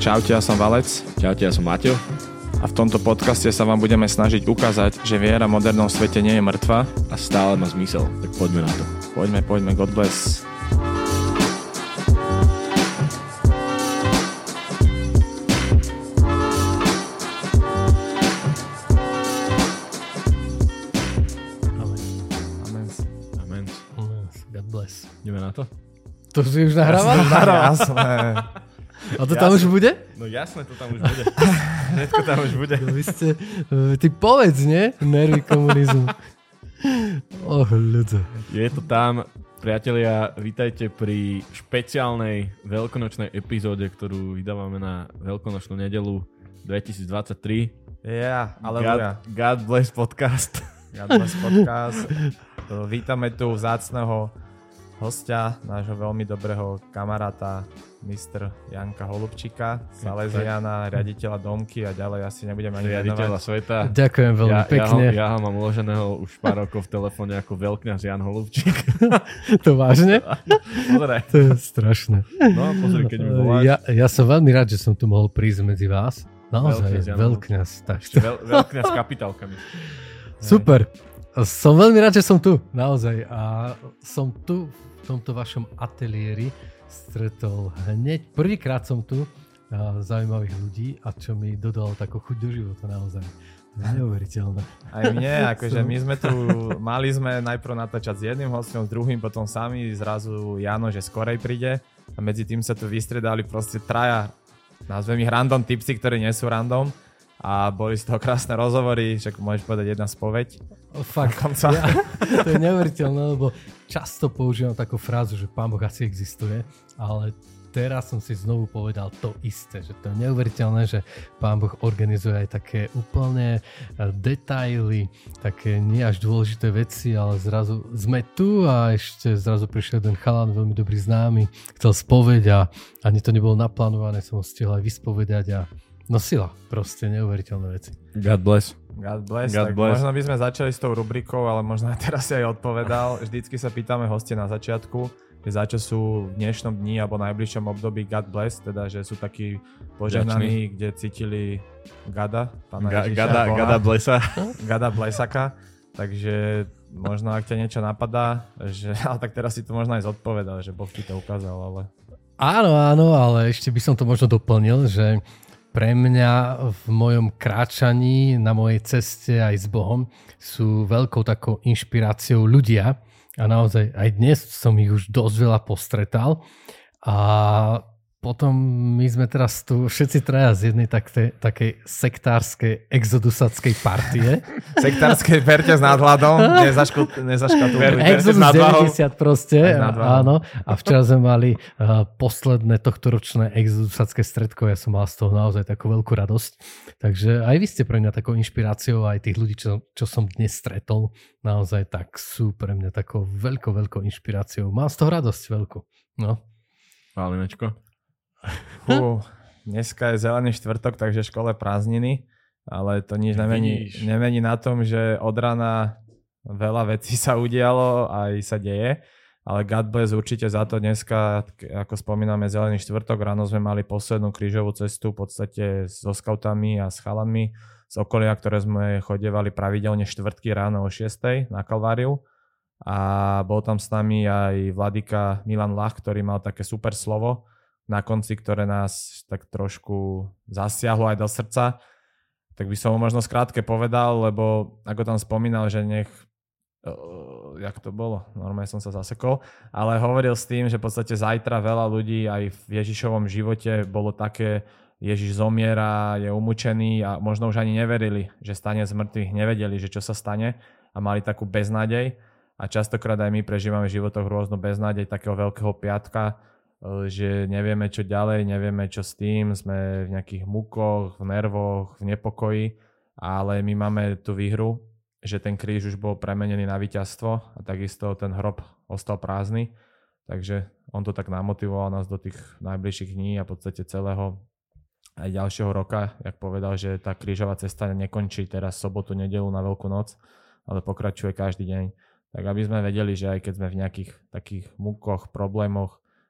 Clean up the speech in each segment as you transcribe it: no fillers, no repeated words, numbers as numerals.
Čaute, ja som Valec. Čaute, ja som Maťo. A v tomto podcaste sa vám budeme snažiť ukázať, že viera v modernom svete nie je mŕtva. A stále má zmysel. Tak poďme na to. Poďme, God bless. Amen. God bless. Ideme na to? To si už nahrával? Jasné. A to tam už bude? No jasné, to tam už bude. Všetko tam už bude. Vy ste, ty povedz, nie? Nervy komunizmu. Ľudia. Je to tam. Priatelia, vítajte pri špeciálnej veľkonočnej epizóde, ktorú vydávame na veľkonočnú nedelu 2023. Aleluja. God bless podcast. God bless podcast. Vítame tu vzácneho hostia, nášho veľmi dobrého kamaráta, Mr. Janka Holubčíka, Salesiana, riaditeľa Domky a ďalej asi nebudeme ani Riaditeľa venovať. sveta. Ďakujem veľmi pekne. Ja ho mám uloženého už pár rokov v telefóne ako veľkňaz Jan Holubčík. To vážne? Pozeraj. To je strašné. No, pozri, keď mi voláš. Ja som veľmi rád, že som tu mohol prísť medzi vás. Naozaj, veľkňaz. Veľkňaz s kapitálkami. Super. Som veľmi rád, že som tu. Naozaj. A som tu v tomto vašom ateliéri stretol hneď. Prvýkrát som tu zaujímavých ľudí a čo mi dodalo takú chuť do života naozaj. Neuveriteľné. Aj mne, akože my sme tu, mali sme najprv natáčať s jedným hostom, s druhým, potom sami, zrazu Jano, že skorej príde a medzi tým sa tu vystredali proste traja, nazvem ich random tipsy, ktorí nie sú random a boli z toho krásne rozhovory, však môžeš povedať jedna spoveď. Fakt, to je neuveriteľné, lebo často používam takú frázu, že Pán Boh asi existuje, ale teraz som si znovu povedal to isté, že to je neuveriteľné, že Pán Boh organizuje aj také úplne detaily, také nie až dôležité veci, ale zrazu sme tu a ešte zrazu prišiel jeden chalan, veľmi dobrý známy, chcel spoveď a ani to nebolo naplánované, som ho stihol aj vyspovedať a no sila, proste neuveriteľné veci. God bless. God bless. God tak bless. Možno by sme začali s tou rubrikou, ale možno aj teraz si aj odpovedal. Vždycky sa pýtame hostia na začiatku, že za čo sú v dnešnom dni alebo najbližšom období God bless, teda že sú takí požehnaní, kde cítili Gada, pána Ježiša, Gada blessa. Gada blesaka. Takže možno ak ťa niečo napadá, že, ale tak teraz si to možno aj zodpovedal, že Boh ti to ukázal, ale... Áno, ale ešte by som to možno doplnil, že pre mňa v mojom kráčaní na mojej ceste aj s Bohom sú veľkou takou inšpiráciou ľudia a naozaj aj dnes som ich už dosť veľa postretal a potom my sme teraz tu všetci traja z jednej takej sektárskej exodusackej partie. Sektárskej verte s nadhľadom, nezaškatulujte. Exodus 90 proste, áno. A včera sme mali posledné tohtoročné exodusacké stredko, ja som mal z toho naozaj takú veľkú radosť. Takže aj vy ste pre mňa takou inšpiráciou, aj tých ľudí, čo som dnes stretol, naozaj tak sú pre mňa takou veľkou inšpiráciou. Mám z toho radosť veľkú. No. Pálinečko. Dneska je zelený štvrtok, takže škole prázdniny, ale to nič nemení na tom, že od rána veľa vecí sa udialo, aj sa deje, ale God bless určite za to. Dneska, ako spomíname zelený štvrtok, ráno sme mali poslednú krížovú cestu v podstate so skautami a s chalanmi z okolia, ktoré sme chodievali pravidelne štvrtky ráno o 6:00 na Kalváriu a bol tam s nami aj vladyka Milan Lach, ktorý mal také super slovo na konci, ktoré nás tak trošku zasiahlo aj do srdca, tak by som ho možno skrátke povedal, lebo ako tam spomínal, že jak to bolo, normálne som sa zasekol, ale hovoril s tým, že v podstate zajtra veľa ľudí aj v Ježišovom živote bolo také, Ježiš zomiera, je umučený a možno už ani neverili, že stane z mŕtvych, nevedeli, že čo sa stane a mali takú beznádej a častokrát aj my prežívame v životoch rôznu beznádej takého veľkého piatka, že nevieme čo ďalej, nevieme čo s tým, sme v nejakých múkoch, v nervoch, v nepokoji, ale my máme tú výhru, že ten kríž už bol premenený na víťazstvo a takisto ten hrob ostal prázdny, takže on to tak namotivoval nás do tých najbližších dní a v podstate celého aj ďalšieho roka, jak povedal, že tá krížová cesta nekončí teraz sobotu, nedeľu na Veľkú noc, ale pokračuje každý deň. Tak aby sme vedeli, že aj keď sme v nejakých takých múkoch, problémoch,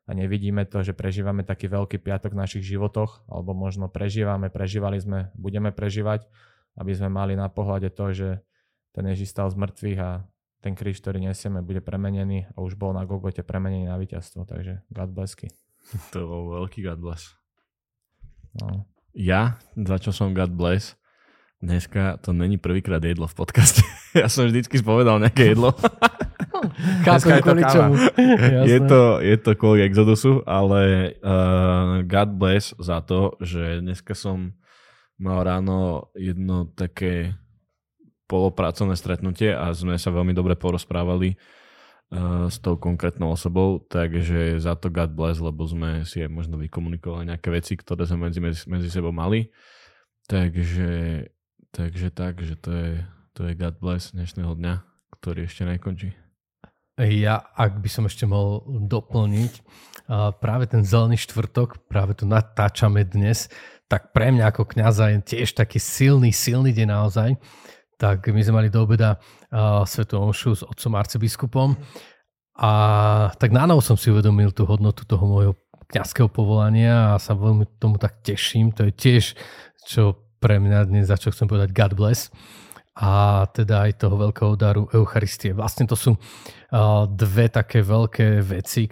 a nevidíme to, že prežívame taký veľký piatok v našich životoch, alebo možno prežívali sme, budeme prežívať, aby sme mali na pohľade to, že ten Ježiš stal z mŕtvych a ten kríž, ktorý nesieme, bude premenený a už bol na Golgote premenený na víťazstvo, takže God blessky. To bol veľký God bless. No. Ja, za čo som God bless, dneska to není prvýkrát jedlo v podcaste. Ja som vždycky spovedal nejaké jedlo. Chápem, kvôli čomu. Je to kvôli Exodusu, ale God bless za to, že dneska som mal ráno jedno také polopracovné stretnutie a sme sa veľmi dobre porozprávali s tou konkrétnou osobou, takže za to God bless, lebo sme si aj možno vykomunikovali nejaké veci, ktoré sme medzi sebou mali. Takže to je God bless dnešného dňa, ktorý ešte nekončí. Ja, ak by som ešte mohol doplniť, práve ten zelený štvrtok, práve to natáčame dnes, tak pre mňa ako kňaza je tiež taký silný deň naozaj. Tak my sme mali do obeda svätú omšu s otcom arcibiskupom a tak nánovo som si uvedomil tú hodnotu toho môjho kňazského povolania a sa veľmi tomu tak teším. To je tiež, čo pre mňa dnes, za čo chcem povedať God bless. A teda aj toho veľkého daru Eucharistie. Vlastne to sú dve také veľké veci,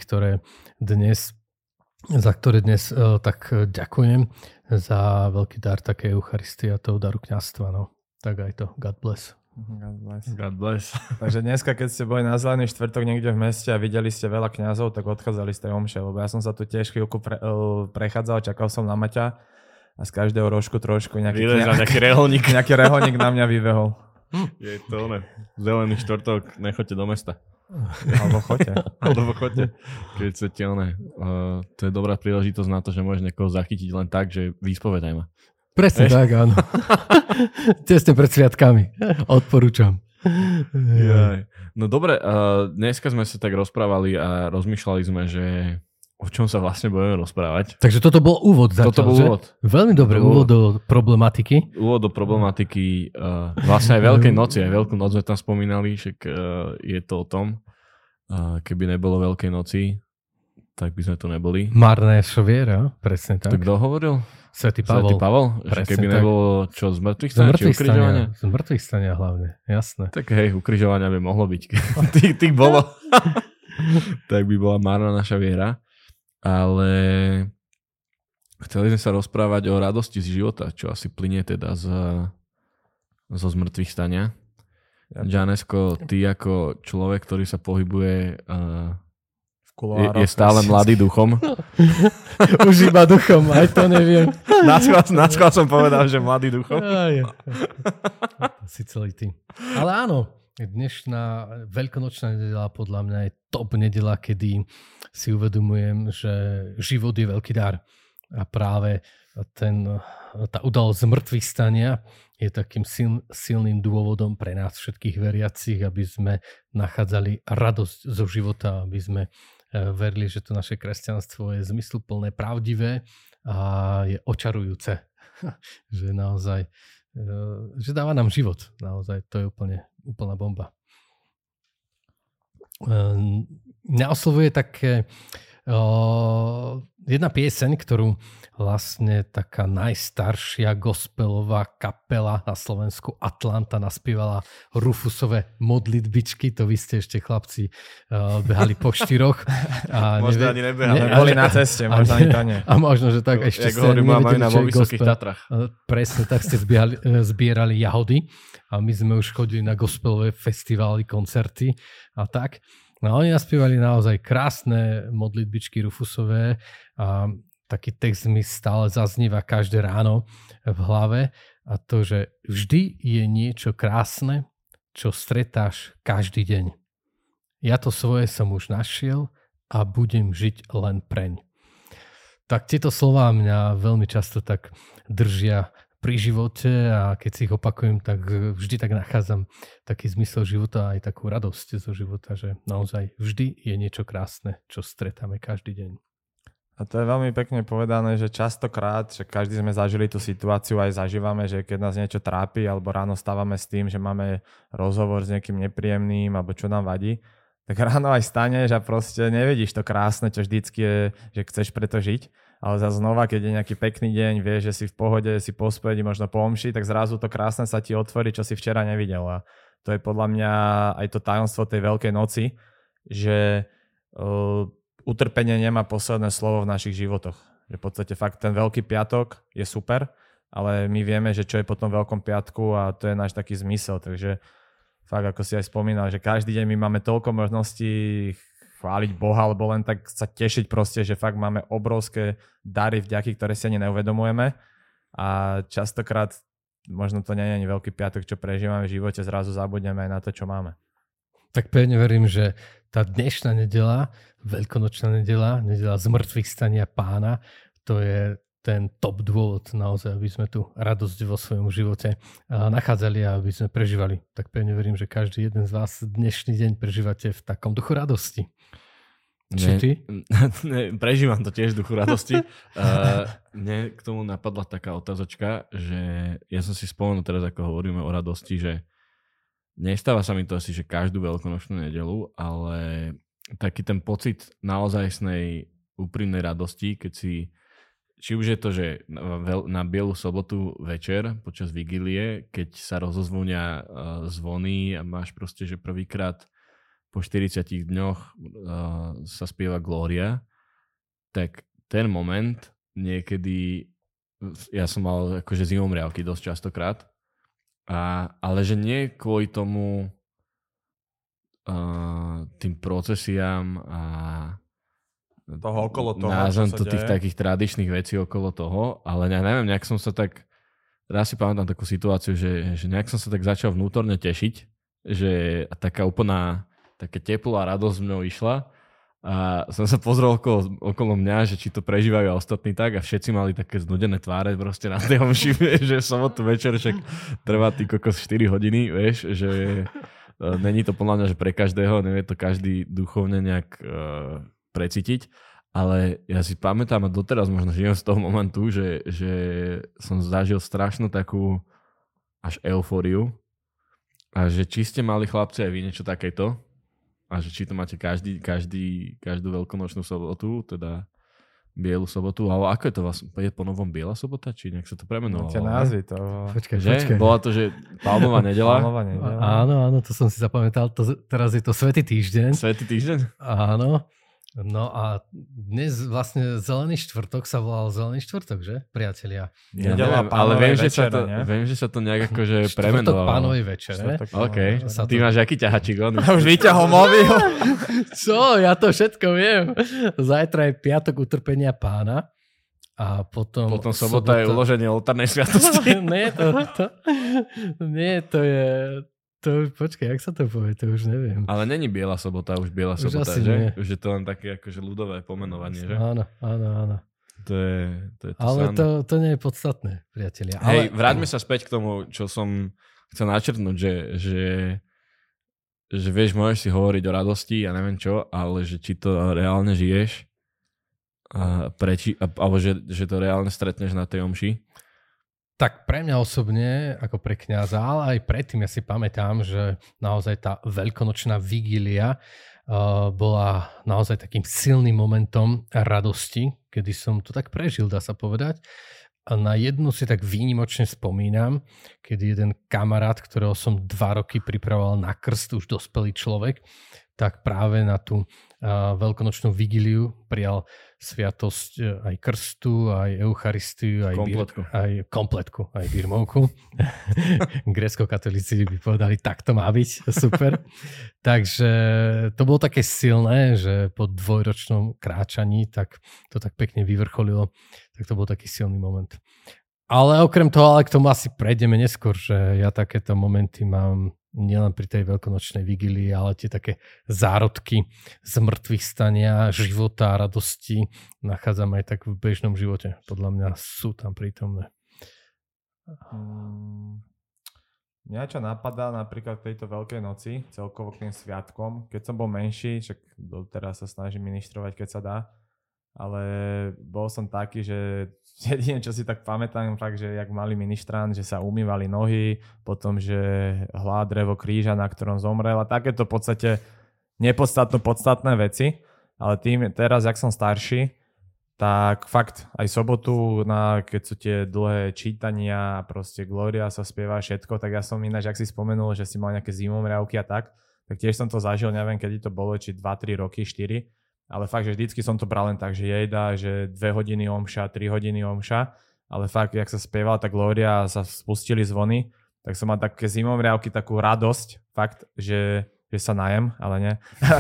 za ktoré dnes tak ďakujem za veľký dar také Eucharistie a toho daru kňazstva. No. Tak aj to. God bless. God bless. God bless. Takže dneska, keď ste boli na zelený štvrtok niekde v meste a videli ste veľa kňazov, tak odchádzali z tej omše, lebo ja som sa tu tiež chvíľku prechádzal, čakal som na Maťa a z každého rožku trošku nejaký reholník na mňa vybehol. Je to zelený štvrtok, nechoďte do mesta. Alebo choďte. Keď chcete to je dobrá príležitosť na to, že môžeš niekoho zachytiť len tak, že vyspovedaj ma. Presne tak, áno. Tesne pred sviatkami. Odporúčam. No dobre, dneska sme sa tak rozprávali a rozmýšľali sme, že o čom sa vlastne budeme rozprávať. Takže toto bol úvod zatiaľ, Toto bol úvod. Veľmi dobrý úvod do problematiky. Úvod do problematiky, vlastne aj Veľkej noci, aj Veľkú noc sme tam spomínali, však je to o tom. Keby nebolo Veľkej noci, tak by sme tu neboli. Marné viera, presne tak. To kto hovoril? Svätý Pavol. Že keby nebolo čo z mŕtvych stania, či ukrižovania? Z mŕtvych stania hlavne, jasné. Tak hej, ukrižovania by mohlo byť. Tých bolo. Tak by bola márna naša viera. Ale chceli sme sa rozprávať o radosti z života, čo asi plynie teda zo zmrtvých stania. Janesko, ty ako človek, ktorý sa pohybuje je stále mladý duchom. Už iba duchom, aj to neviem. Naschvál som povedal, že mladý duchom. Si celý tým. Ale áno, dnešná veľkonočná nedeľa podľa mňa je top nedeľa, kedy si uvedomujem, že život je veľký dar. A práve tá udalosť zmrtvých stania je takým silným dôvodom pre nás všetkých veriacich, aby sme nachádzali radosť zo života, aby sme verili, že to naše kresťanstvo je zmysluplné, pravdivé a je očarujúce. Že naozaj, že dáva nám život. Naozaj, to je úplná bomba. Mňa oslovuje také jedna pieseň, ktorú vlastne taká najstaršia gospelová kapela na Slovensku Atlanta naspievala Rufusové modlitbičky. To vy ste ešte chlapci behali po štyroch. Možno ani nebehali. Boli na ceste, možno ani to nie. A možno, že tak ešte ste nevedeli, čo je gospel. Tatrach. Presne, tak ste zbierali jahody a my sme už chodili na gospelové festivály, koncerty a tak. No oni naspievali naozaj krásne modlitbičky Rufusové a taký text mi stále zaznieva každé ráno v hlave a to, že vždy je niečo krásne, čo stretáš každý deň. Ja to svoje som už našiel a budem žiť len preň. Tak tieto slová mňa veľmi často tak držia pri živote a keď si ich opakujem, tak vždy tak nachádzam taký zmysel života a aj takú radosť zo života, že naozaj vždy je niečo krásne, čo stretáme každý deň. A to je veľmi pekne povedané, že častokrát, že každý sme zažili tú situáciu, aj zažívame, že keď nás niečo trápi alebo ráno stávame s tým, že máme rozhovor s niekým nepríjemným alebo čo nám vadí, tak ráno aj staneš a proste nevidíš to krásne, čo vždycky je, že chceš preto žiť. Ale zase znova, keď je nejaký pekný deň, vieš, že si v pohode, si po spovedí, možno po omši, tak zrazu to krásne sa ti otvorí, čo si včera nevidel. A to je podľa mňa aj to tajomstvo tej Veľkej noci, že utrpenie nemá posledné slovo v našich životoch. Že v podstate fakt ten Veľký piatok je super, ale my vieme, že čo je po tom Veľkom piatku a to je náš taký zmysel. Takže fakt, ako si aj spomínal, že každý deň my máme toľko možností chváliť Boha, alebo len tak sa tešiť proste, že fakt máme obrovské dary, vďaky, ktoré si ani neuvedomujeme. A častokrát možno to nie je ani Veľký piatok, čo prežívame v živote, zrazu zabudneme aj na to, čo máme. Tak pevne verím, že tá dnešná nedeľa, veľkonočná nedeľa, nedeľa zmrtvých stania Pána, to je ten top dôvod naozaj, aby sme tu radosť vo svojom živote nachádzali a aby sme prežívali. Tak pevne verím, že každý jeden z vás dnešný deň prežívate v takom duchu radosti. Či ty? Prežívam to tiež v duchu radosti. Mne k tomu napadla taká otázočka, že ja som si spomenul teraz, ako hovoríme o radosti, že nestáva sa mi to asi, že každú veľkonočnú nedeľu, ale taký ten pocit naozajstnej úprimnej radosti, keď si či už je to, že na Bielu sobotu večer počas vigílie, keď sa rozozvonia zvony a máš proste, že prvýkrát po 40 dňoch sa spieva Glória, tak ten moment niekedy, ja som mal akože zimomriavky dosť častokrát, ale že nie kvôli tomu tým procesiám a toho okolo toho, názvam to tých takých tradičných vecí okolo toho, ale ja neviem, nejak som sa tak, raz si pamätám takú situáciu, že nejak som sa tak začal vnútorne tešiť, že taká úplná, také teplo a radosť mnou išla a som sa pozrel okolo mňa, že či to prežívajú ostatní tak a všetci mali také znudené tváre proste na tej omši, že v sobotu večer však trvá ty kokos 4 hodiny, vieš, že není to podľa mňa, že pre každého, nevie to každý duchovne nejak precítiť, ale ja si pamätám a doteraz možno žijem z toho momentu, že som zažil strašnú takú až eufóriu a že či ste mali chlapci aj vy niečo takéto a že či to máte každú veľkonočnú sobotu, teda Bielu sobotu, ale ako je to vlastne, je po novom Biela sobota, či nejak sa to premenovalo? Máte názvy to. Počkaj. Bola to, že Palmová nedeľa? Áno, to som si zapamätal, teraz je to Svätý týždeň. Svätý týždeň? Áno. No a dnes vlastne Zelený štvrtok sa volal Zelený štvrtok, že, priatelia? Ja neviem, ale viem, že sa to nejak akože premenovalo. Štvrtok Pánovej večere. OK. Ty máš aký ťahačík? Už vyťahol mobil. Čo? Ja to všetko viem. Zajtra je piatok utrpenia Pána. A potom sobota je uloženie oltárnej sviatosti. Nie, to je... Počkaj, jak sa to povie, to už neviem. Ale není Biela sobota, už Biela sobota, že? Nie. Už je to len také akože ľudové pomenovanie, že? Áno. To je to ale to nie je podstatné, priatelia. Hej, vráťme sa späť k tomu, čo som chcel načrtnúť, že vieš, môžeš si hovoriť o radosti, ja neviem čo, ale že či to reálne žiješ, alebo že to reálne stretneš na tej omši. Tak pre mňa osobne, ako pre kňaza, ale aj predtým ja si pamätám, že naozaj tá veľkonočná vigília bola naozaj takým silným momentom radosti, kedy som to tak prežil, dá sa povedať. A na jednu si tak výnimočne spomínam, kedy jeden kamarát, ktorého som 2 roky pripravoval na krst, už dospelý človek, tak práve na tú veľkonočnú vigíliu prijal sviatosť aj krstu, aj eucharistiu, aj kompletku, aj birmovku. Grécko-katolíci by povedali, tak to má byť, super. Takže to bolo také silné, že po 2-ročnom kráčaní tak to tak pekne vyvrcholilo, tak to bol taký silný moment. Ale okrem toho, ale k tomu asi prejdeme neskôr, že ja takéto momenty mám nielen pri tej veľkonočnej vigílii, ale tie také zárodky z mŕtvych stania, života a radosti nachádzam aj tak v bežnom živote. Podľa mňa sú tam prítomné. Mňa čo napadá napríklad v tejto Veľkej noci, celkovo k tým sviatkom, keď som bol menší, však doteraz sa snažím ministrovať, keď sa dá, ale bol som taký, že jedine, čo si tak pamätám, fakt, že jak malý ministrant, že sa umývali nohy, potom, že hlá drevo kríža, na ktorom zomrel a takéto v podstate podstatné veci, ale tým teraz, jak som starší, tak fakt aj sobotu, keď sú tie dlhé čítania, proste Gloria sa spieva všetko, tak ja som ináč, ak si spomenul, že si mal nejaké zimomriavky a tak tiež som to zažil, neviem, kedy to bolo, či 2-3 roky, 4, ale fakt, že vždycky som to bral len tak, že jejda, že 2 hodiny omša, 3 hodiny omša, ale fakt, jak sa spievala tá Gloria a sa spustili zvony, tak som mal také zimomriavky, takú radosť, fakt, že sa najem, ale nie.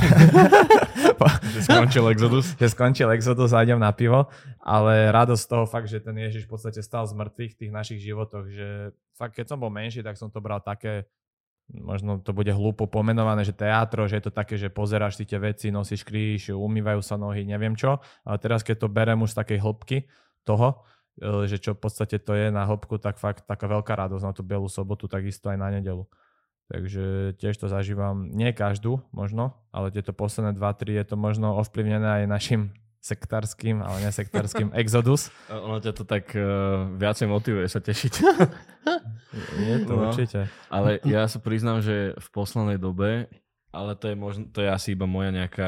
Že skončil Exodus a idem na pivo, ale radosť z toho fakt, že ten Ježiš v podstate stal z mŕtvych v tých našich životoch, že fakt, keď som bol menší, tak som to bral také, možno to bude hlúpo pomenované, že teátro, že je to také, že pozeráš si tie veci, nosíš kríž, umývajú sa nohy, neviem čo, ale teraz keď to berem už z takej hĺbky toho, že čo v podstate to je na hĺbku, tak fakt taká veľká radosť na tú bielu sobotu, takisto aj na nedeľu. Takže tiež to zažívam, nie každú možno, ale tieto posledné 2-3 je to možno ovplyvnené aj našim sektárským, ale nesektárským Exodus. Ono ťa to tak viacej motivuje sa tešiť. Je to určite. Ale ja sa priznám, že v poslednej dobe, ale to je asi iba moja nejaká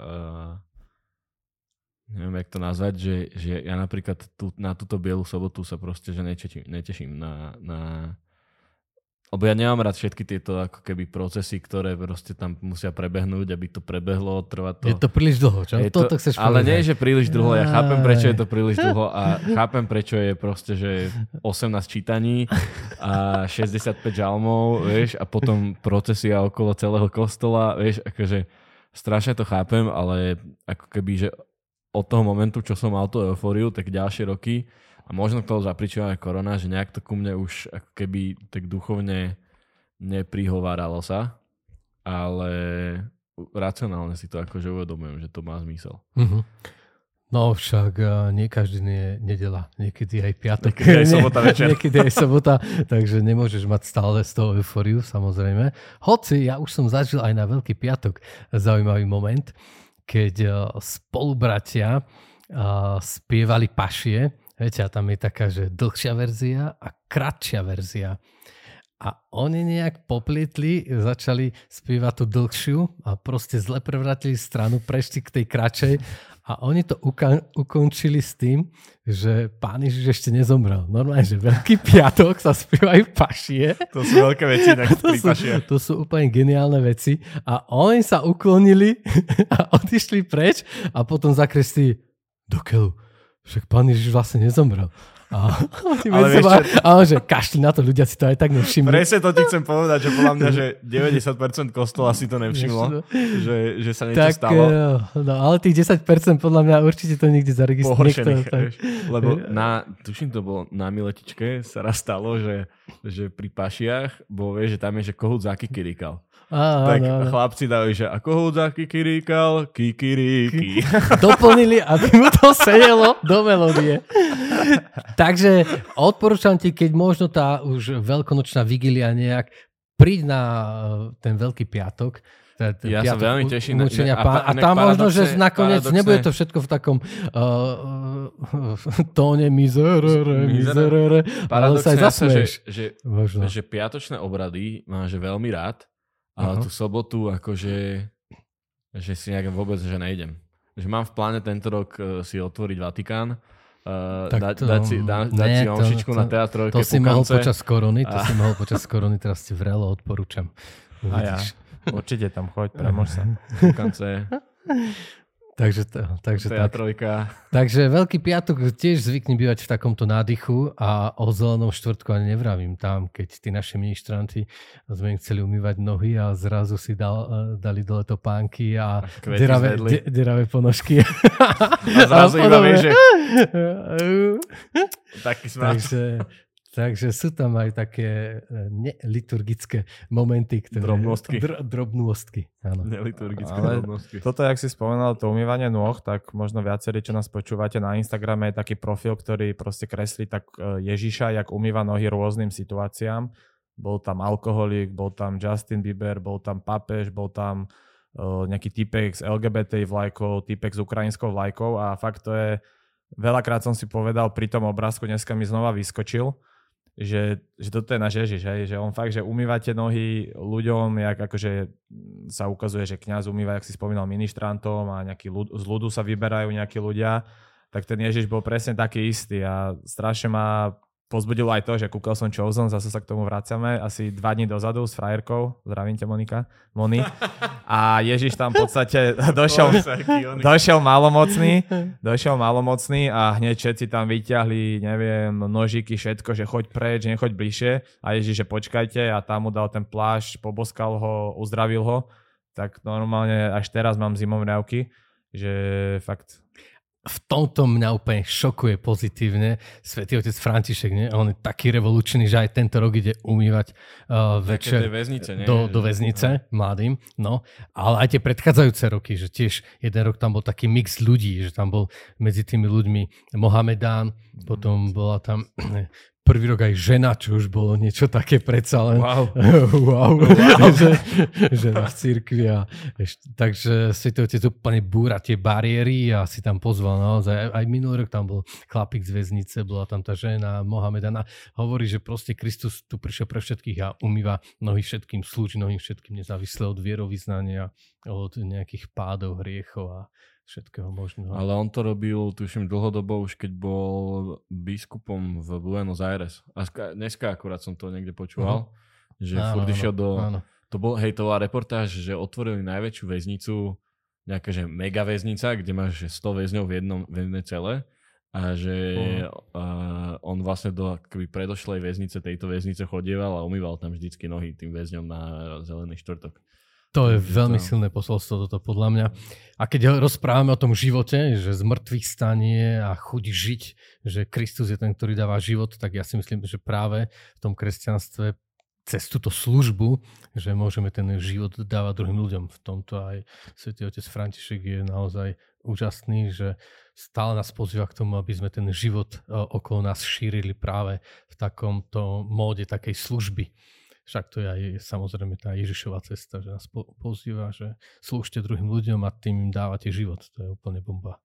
neviem, jak to nazvať, že ja napríklad na túto bielu sobotu sa proste že neteším na lebo ja nemám rád všetky tieto ako keby procesy, ktoré proste tam musia prebehnúť, aby to prebehlo, trvá to. Je to príliš dlho, čo? Toto chceš ale povedať. nie, že príliš dlho, ja chápem, prečo je to príliš dlho a chápem, prečo je proste, že 18 čítaní a 65 žalmov, vieš, a potom procesia okolo celého kostola, vieš, akože strašne to chápem, ale ako keby, že od toho momentu, čo som mal tú eufóriu, tak ďalšie roky a možno k toho zapričila aj korona, že nejak to ku mne už ako keby tak duchovne neprihováralo sa, ale racionálne si to akože uvedomujem, že to má zmysel. Uh-huh. No však nie každý je nedeľa, niekedy aj piatok. Niekedy aj sobota večer. Niekedy aj sobota, takže nemôžeš mať stále z toho eufóriu, samozrejme. Hoci ja už som zažil aj na Veľký piatok zaujímavý moment, keď spolubratia spievali pašie. Viete, a tam je taká, že dlhšia verzia a kratšia verzia. A oni nejak poplietli, začali spievať tú dlhšiu a proste zle prevratili stranu, prešli k tej kratšej a oni to ukončili s tým, že Pán Ježiš ešte nezomrel. Normálne, že Veľký piatok sa spievajú pašie. To sú veľké veci, tak to sú úplne geniálne veci. A oni sa uklonili a odišli preč a potom zakresli do keľu. Však Pán Ježiš vlastne nezomrel. A on že kašli na to, ľudia si to aj tak nevšimli. Presne to ti chcem povedať, že podľa mňa, že 90% kostola si to nevšimlo, že sa niečo stalo. No, ale tých 10% podľa mňa určite to niekde zaregistruje. Pohoršených, lebo tuším to bolo na Miletičke sa raz stalo, že pri pašiach, bo vieš, že tam je, že kohút zakikirikal. Tak chlapci dajú, že a kohút zakikirikal, kikiríky. Doplnili, aby mu to sedelo do melódie. Takže odporúčam ti, keď možno tá už veľkonočná vigilia nejak, príď na ten Veľký piatok. Ja sa veľmi teším. A tam možno, že nakoniec nebude to všetko v takom tóne mizerere, ale sa aj zasmeješ. Že piatočné obrady mám že veľmi rád, ale tú sobotu akože že si nejak vôbec že nejdem. Že mám v pláne tento rok si otvoriť Vatikán, dať si omšičku na teatrojke. To si mohol počas korony, teraz ti vrelo odporúčam. A ja, určite tam choď, premož sa. Pukance. Takže teatrojka. Takže Veľký piatok tiež zvykne bývať v takomto nádychu a o zelenom štvrtku ani nevravím tam, keď tí naši ministranti sme im chceli umývať nohy a zrazu si dali dole topánky a deravé ponožky. A zrazu iba vieš, že taký smát. Takže sú tam aj také neliturgické momenty, ktoré... Drobnôstky. Áno. Neliturgické drobnostky. Toto, jak si spomenul, to umývanie nôh, tak možno viacerí, čo nás počúvate na Instagrame, je taký profil, ktorý proste kreslí tak Ježiša, jak umýva nohy rôznym situáciám. Bol tam alkoholík, bol tam Justin Bieber, bol tam pápež, bol tam nejaký typek s LGBT vlajkou, typek s ukrajinskou vlajkou a fakt to je... Veľakrát som si povedal pri tom obrázku, dneska mi znova vyskočil, že toto je náš Ježiš, hej? Že on fakt, že umývate nohy ľuďom, jak akože sa ukazuje, že kňaz umýva, jak si spomínal, ministrantom a nejaký z ľudu sa vyberajú nejakí ľudia, tak ten Ježiš bol presne taký istý a strašne ma pozbudilo aj to, že kúkal som Chosen, zase sa k tomu vracame, asi 2 dní dozadu s frajerkou, zdravím ťa Moni. A Ježiš tam v podstate došiel malomocný a hneď všetci tam vyťahli, neviem, nožiky, všetko, že choď preč, nechoď bližšie. A Ježiš, že počkajte, a tam mu dal ten plášť, poboskal ho, uzdravil ho. Tak normálne až teraz mám zimomriavky, že fakt... V tomto mňa úplne šokuje pozitívne Svätý otec František, nie? On je taký revolučný, že aj tento rok ide umývať večer väznice, do väznice mladým. No. Ale aj tie predchádzajúce roky, že tiež jeden rok tam bol taký mix ľudí, že tam bol medzi tými ľuďmi Mohamedán, potom bola tam prvý rok aj žena, čo už bolo niečo také predsa len. Wow. Žena v cirkvi. Takže Svätý otec úplne búra tie bariéry a si tam pozval naozaj. Aj minulý rok tam bol chlapík z väznice, bola tam tá žena Mohamedana. Hovorí, že proste Kristus tu prišiel pre všetkých a umýva nohy všetkým, slúži nohy všetkým, nezávisle od vierovyznania, od nejakých pádov, hriechov a všetkého možného. Ale on to robil, tuším, dlhodobo už keď bol biskupom v Buenos Aires. A dneska akurát som to niekde počúval, že furt išiel do... Áno. To bola reportáž, že otvorili najväčšiu väznicu, nejaká že mega väznica, kde máš 100 väzňov v jednej cele a že on vlastne do predošlej väznice tejto väznice chodieval a umýval tam vždycky nohy tým väzňom na Zelený štvrtok. To je veľmi silné posolstvo toto podľa mňa. A keď rozprávame o tom živote, že z mŕtvych stanie a chuť žiť, že Kristus je ten, ktorý dáva život, tak ja si myslím, že práve v tom kresťanstve cez túto službu, že môžeme ten život dávať druhým ľuďom. V tomto aj Svätý otec František je naozaj úžasný, že stále nás pozýva k tomu, aby sme ten život okolo nás šírili práve v takomto móde takej služby. Však to je aj samozrejme tá Ježišova cesta, že nás pozýva, že slúžte druhým ľuďom a tým im dávate život. To je úplne bomba.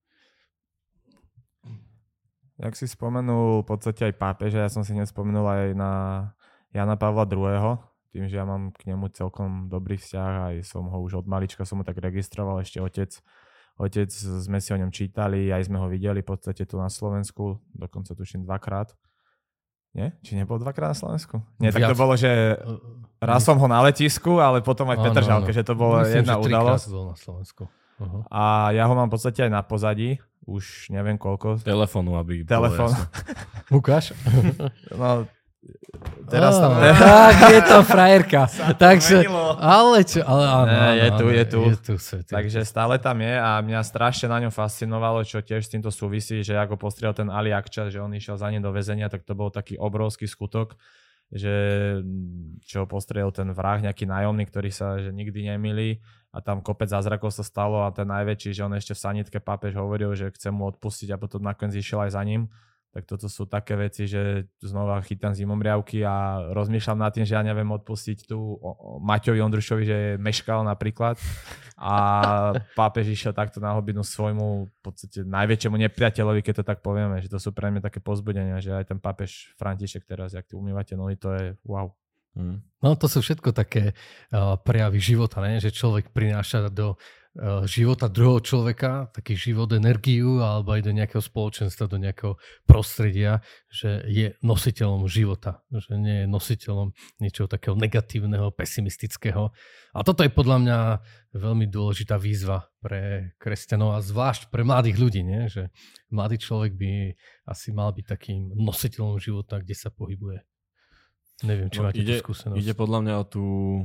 Jak si spomenul v podstate aj pápeža, ja som si nespomenul aj na Jana Pavla II. Tým, že ja mám k nemu celkom dobrý vzťah, aj som ho už od malička som ho tak registroval, ešte otec sme si o ňom čítali, aj sme ho videli v podstate tu na Slovensku, dokonca tuším 2-krát. Nie? Či nebol 2-krát na Slovensku? Nie, tak to bolo, že raz som ho na letisku, ale potom aj v Petržalke, že to bola jedna udalosť. Bol na Slovensku. A ja ho mám v podstate aj na pozadí, už neviem koľko. Telefónu, aby... Telefón. Ukáž? No, teraz tam... Tak, je to frajerka. Takže, ale čo? Ale áno, je tu. Svätý. Takže stále tam je a mňa strašne na ňom fascinovalo, čo tiež s týmto súvisí, že ako postriel ten Ali Akča, že on išiel za ním do väzenia, tak to bol taký obrovský skutok, že čo postriel ten vrah, nejaký nájomný, ktorý sa že nikdy nemýli a tam kopec zázrakov sa stalo a ten najväčší, že on ešte v sanitke pápež hovoril, že chce mu odpustiť a potom nakoniec išiel aj za ním. Tak toto sú také veci, že znova chytám zimomriavky a rozmýšľam nad tým, že ja neviem odpustiť tu Maťovi Ondrušovi, že meškal napríklad a pápež išiel takto na hobinu svojmu v podstate najväčšiemu nepriateľovi, keď to tak povieme, že to sú pre mňa také povzbudenia, že aj ten pápež František teraz, jak ty umývate nohy, to je wow. No to sú všetko také prejavy života, ne? Že človek prináša do života druhého človeka, taký život, energiu alebo aj do nejakého spoločenstva, do nejakého prostredia, že je nositeľom života, že nie je nositeľom niečoho takého negatívneho, pesimistického. A toto je podľa mňa veľmi dôležitá výzva pre kresťanov a zvlášť pre mladých ľudí, nie? Že mladý človek by asi mal byť takým nositeľom života, kde sa pohybuje. Neviem, či máte tú skúsenosť. Ide podľa mňa o tú...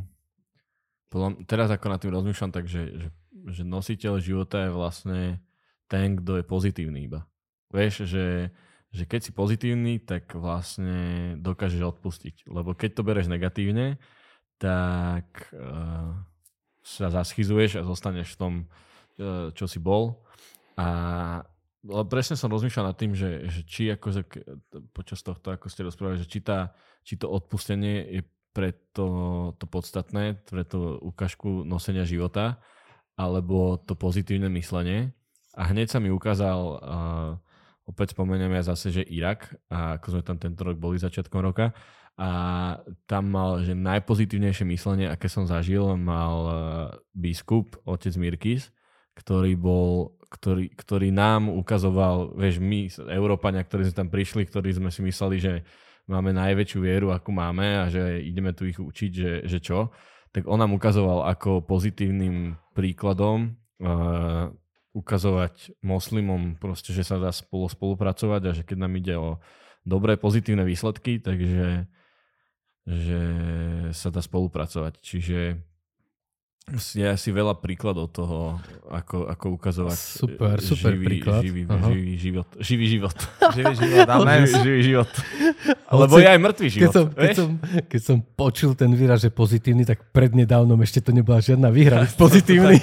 Teraz ako nad tým rozmýšľam, takže že nositeľ života je vlastne ten, kto je pozitívny iba. Vieš, že keď si pozitívny, tak vlastne dokážeš odpustiť. Lebo keď to bereš negatívne, tak sa zaschyzuješ a zostaneš v tom, čo si bol. A presne som rozmýšľal nad tým, že či akože, počas tohto, ako ste rozprávali, že či to odpustenie je pre to podstatné, pre tú ukážku nosenia života, alebo to pozitívne myslenie. A hneď sa mi ukázal opäť spomenieme zase, že Irak, a ako sme tam tento rok boli začiatkom roka, a tam mal, že najpozitívnejšie myslenie, aké som zažil, mal biskup, otec Mirkis, ktorý nám ukazoval, vieš, my, Európania, ktorí sme tam prišli, ktorí sme si mysleli, že máme najväčšiu vieru, akú máme a že ideme tu ich učiť, že čo, tak on nám ukazoval ako pozitívnym príkladom ukazovať moslimom proste, že sa dá spolupracovať a že keď nám ide o dobré pozitívne výsledky, takže že sa dá spolupracovať. Čiže je asi veľa príkladov toho, ako ukazovať super príklad. Živý život. Živý život. Lebo je aj mŕtvý život. Keď som počul ten výraz, že pozitívny, tak prednedávnom ešte to nebola žiadna výhra pozitívny.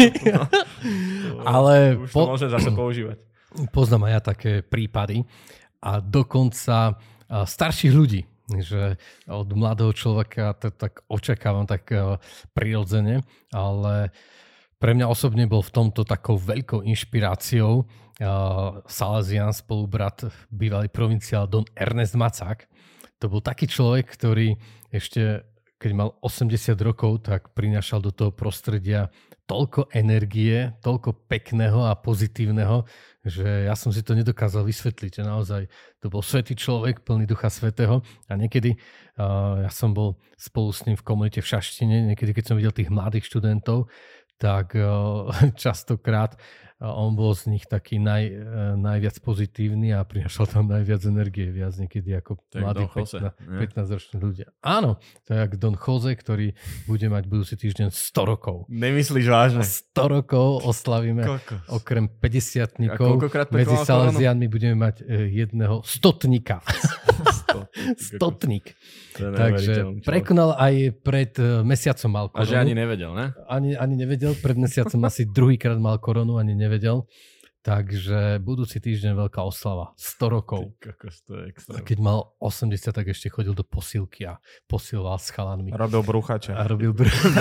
Ale už to môžem zase používať. Poznám aj ja také prípady a dokonca starších ľudí, že od mladého človeka to tak očakávam tak prirodzene, ale pre mňa osobne bol v tomto takou veľkou inšpiráciou Salesián, spolubrat, bývalý provinciál Don Ernest Macák. To bol taký človek, ktorý ešte keď mal 80 rokov, tak prinášal do toho prostredia toľko energie, toľko pekného a pozitívneho, že ja som si to nedokázal vysvetliť. Že naozaj to bol svätý človek, plný Ducha Svätého. A niekedy ja som bol spolu s ním v komunite v Šaštine, niekedy keď som videl tých mladých študentov, tak častokrát on bol z nich taký najviac pozitívny a prinašal tam najviac energie, viac niekedy ako mladí 15-roční ľudia. Áno, to je jak Don Jose, ktorý bude mať budúci týždeň 100 rokov. Nemyslíš vážne? 100 rokov oslavíme, okrem 50-tníkov. Medzi Salesiánmi budeme mať jedného stotníka. Stotník. Takže prekonal aj pred mesiacom mal koronu. A že ani nevedel, ne? Ani nevedel, pred mesiacom asi druhýkrát mal koronu, ani nevedel. Takže budúci týždeň veľká oslava. 100 rokov. A keď mal 80, tak ešte chodil do posilky a posiloval s chalanmi. Robil bruchače. Robil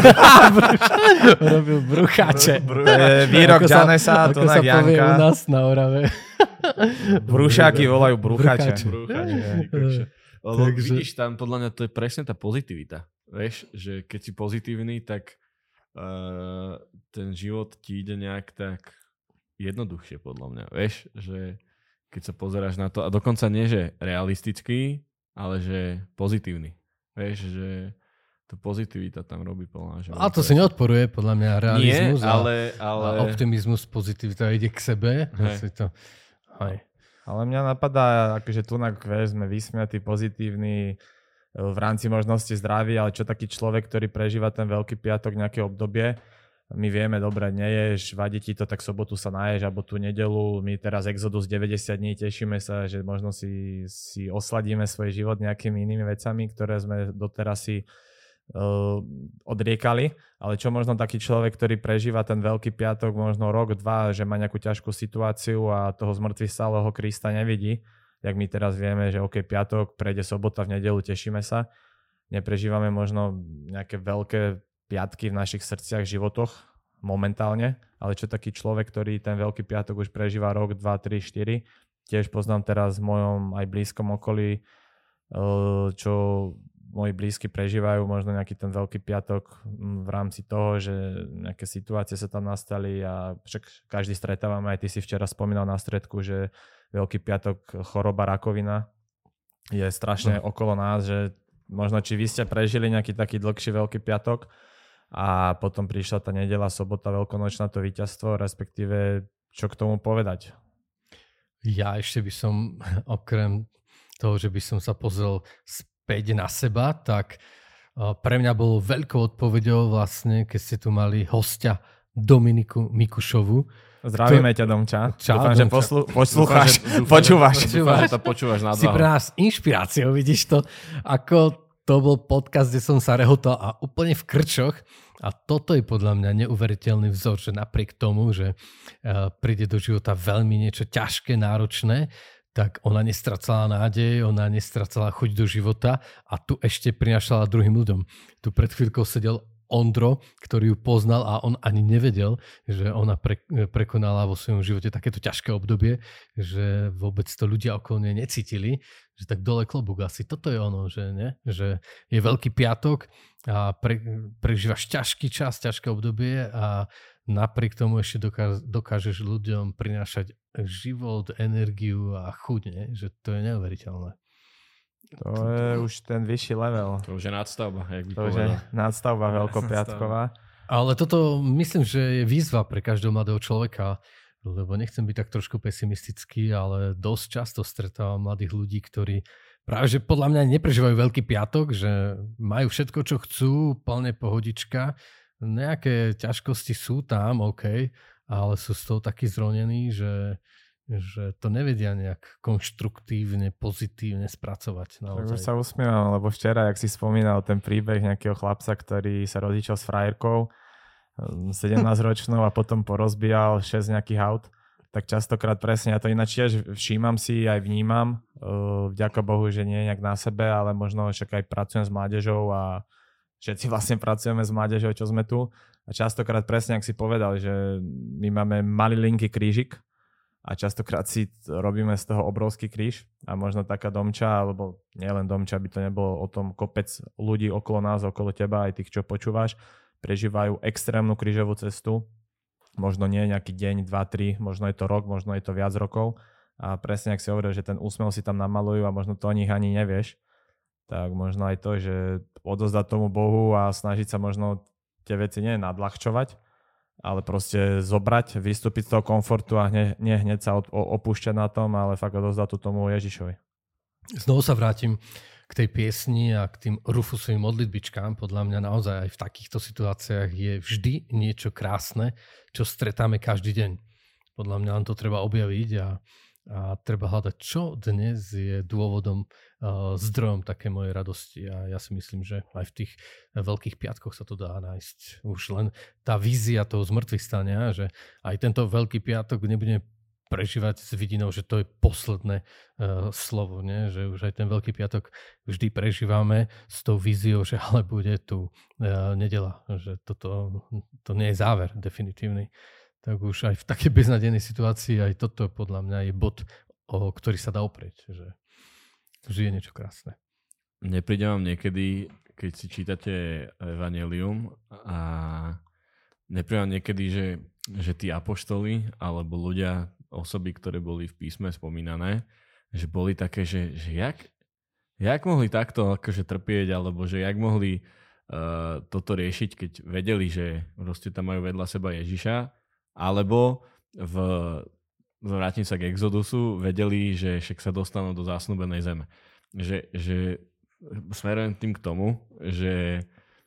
bruchače. Výrok Janesa, to na Janka. Ako sa povie u nás na Orave. Brúšáky volajú bruchače. Lebo vidíš, tam podľa mňa to je presne tá pozitivita. Vieš, že keď si pozitívny, tak ten život ti ide nejak tak jednoduchšie podľa mňa. Vieš, že keď sa pozeráš na to, a dokonca nie, že realistický, ale že pozitívny. Vieš, že to pozitivita tam robí podľa mňa. A to si neodporuje podľa mňa realizmus. Nie, ale... A optimizmus, pozitivita ide k sebe. Ale mňa napadá, akože tunak, vieš, sme vysmiatí, pozitívni v rámci možnosti zdraví, ale čo taký človek, ktorý prežíva ten Veľký piatok nejaké obdobie, my vieme, dobre, neješ, vadí ti to, tak sobotu sa naješ, alebo tú nedeľu, my teraz Exodus 90 dní, tešíme sa, že možno si osladíme svoj život nejakými inými vecami, ktoré sme doteraz si odriekali, ale čo možno taký človek, ktorý prežíva ten Veľký piatok, možno rok, dva, že má nejakú ťažkú situáciu a toho zmŕtvychvstalého Krista nevidí, jak my teraz vieme, že OK, piatok, prejde sobota, v nedeľu, tešíme sa, neprežívame možno nejaké veľké piatky v našich srdciach, životoch momentálne, ale čo taký človek, ktorý ten Veľký piatok už prežíva rok, 2, 3, 4, tiež poznám teraz v mojom aj blízkom okolí, čo moji blízky prežívajú možno nejaký ten Veľký piatok v rámci toho, že nejaké situácie sa tam nastali a však každý stretávame, aj ty si včera spomínal na stredku, že Veľký piatok, choroba, rakovina je strašne okolo nás, že možno či vy ste prežili nejaký taký dlhší Veľký piatok a potom prišla tá nedeľa, sobota, veľkonočná, to víťazstvo, respektíve čo k tomu povedať? Ja ešte by som, okrem toho, že by som sa pozrel späť na seba, tak pre mňa bolo veľkou odpoveďou vlastne, keď ste tu mali hostia Dominiku Mikušovu. Zdravíme ťa, Domča. Čau, dúfam, že počúvaš. Dúfam, že to počúvaš na si pre nás inšpiráciou, vidíš to, ako to bol podcast, kde som sa rehotal a úplne v krčoch. A toto je podľa mňa neuveriteľný vzor, že napriek tomu, že príde do života veľmi niečo ťažké, náročné, tak ona nestracala nádej, ona nestracala chuť do života a tu ešte prinášala druhým ľuďom. Tu pred chvíľkou sedel Ondro, ktorý ju poznal a on ani nevedel, že ona prekonala vo svojom živote takéto ťažké obdobie, že vôbec to ľudia okolo nej necítili, že tak dole klobúk asi. Toto je ono, že nie? Že je Veľký piatok a prežívaš ťažký čas, ťažké obdobie a napriek tomu ešte dokážeš ľuďom prinášať život, energiu a chuť, nie? Že to je neuveriteľné. To je už ten vyšší level. To už je nadstavba, jak by to povedal. To je nadstavba veľkopiatková. Ale toto myslím, že je výzva pre každého mladého človeka, lebo nechcem byť tak trošku pesimistický, ale dosť často stretávam mladých ľudí, ktorí práve že podľa mňa neprežívajú Veľký piatok, že majú všetko, čo chcú, plne pohodička. Nejaké ťažkosti sú tam, OK, ale sú z toho takí zronení, že to nevedia nejak konštruktívne, pozitívne spracovať. Tak už sa usmievam, lebo včera, jak si spomínal ten príbeh nejakého chlapca, ktorý sa rozíčal s frajerkou, 17-ročnou a potom porozbíjal 6 nejakých aut, tak častokrát presne, ja to ináč tiež všímam si, aj vnímam, vďaka Bohu, že nie nejak na sebe, ale možno však aj pracujem s mládežou a všetci vlastne pracujeme s mládežou, čo sme tu. A častokrát presne, ak si povedal, že my máme malilinký krížik, a častokrát si robíme z toho obrovský kríž a možno taká domča, alebo nielen domča, aby to nebolo o tom kopec ľudí okolo nás, okolo teba, aj tých, čo počúvaš, prežívajú extrémnu krížovú cestu. Možno nie nejaký deň, 2, 3, možno je to rok, možno je to viac rokov. A presne, ak si hovoril, že ten úsmev si tam namalujú a možno to o nich ani nevieš, tak možno aj to, že odozdať tomu Bohu a snažiť sa možno tie veci nie nadľahčovať, ale proste zobrať, vystúpiť z toho komfortu a nie hneď sa opúšťať na tom, ale fakt odozdať to tomu Ježišovi. Znovu sa vrátim k tej piesni a k tým Rufusovým modlitbičkám. Podľa mňa naozaj aj v takýchto situáciách je vždy niečo krásne, čo stretáme každý deň. Podľa mňa len to treba objaviť a treba hľadať, čo dnes je dôvodom, zdrojom také mojej radosti. A ja si myslím, že aj v tých Veľkých piatkoch sa to dá nájsť. Už len tá vízia toho zmrtvých stania, že aj tento Veľký piatok nebudeme prežívať s vidinou, že to je posledné slovo, nie? Že už aj ten Veľký piatok vždy prežívame s tou víziou, že ale bude tu nedeľa, že to nie je záver definitívny. Tak už aj v takej beznadejnej situácii aj toto podľa mňa je bod, o ktorý sa dá oprieť, že je niečo krásne. Nepríde vám niekedy, keď si čítate Evangelium a nepríde vám niekedy, že tí apoštoli alebo ľudia, osoby, ktoré boli v písme spomínané, že boli také, že jak mohli takto akože trpieť, alebo že jak mohli toto riešiť, keď vedeli, že proste tam majú vedľa seba Ježiša, alebo vrátim sa k Exodusu, vedeli, že však sa dostanú do zasnúbenej zeme. Že smerujem tým k tomu, že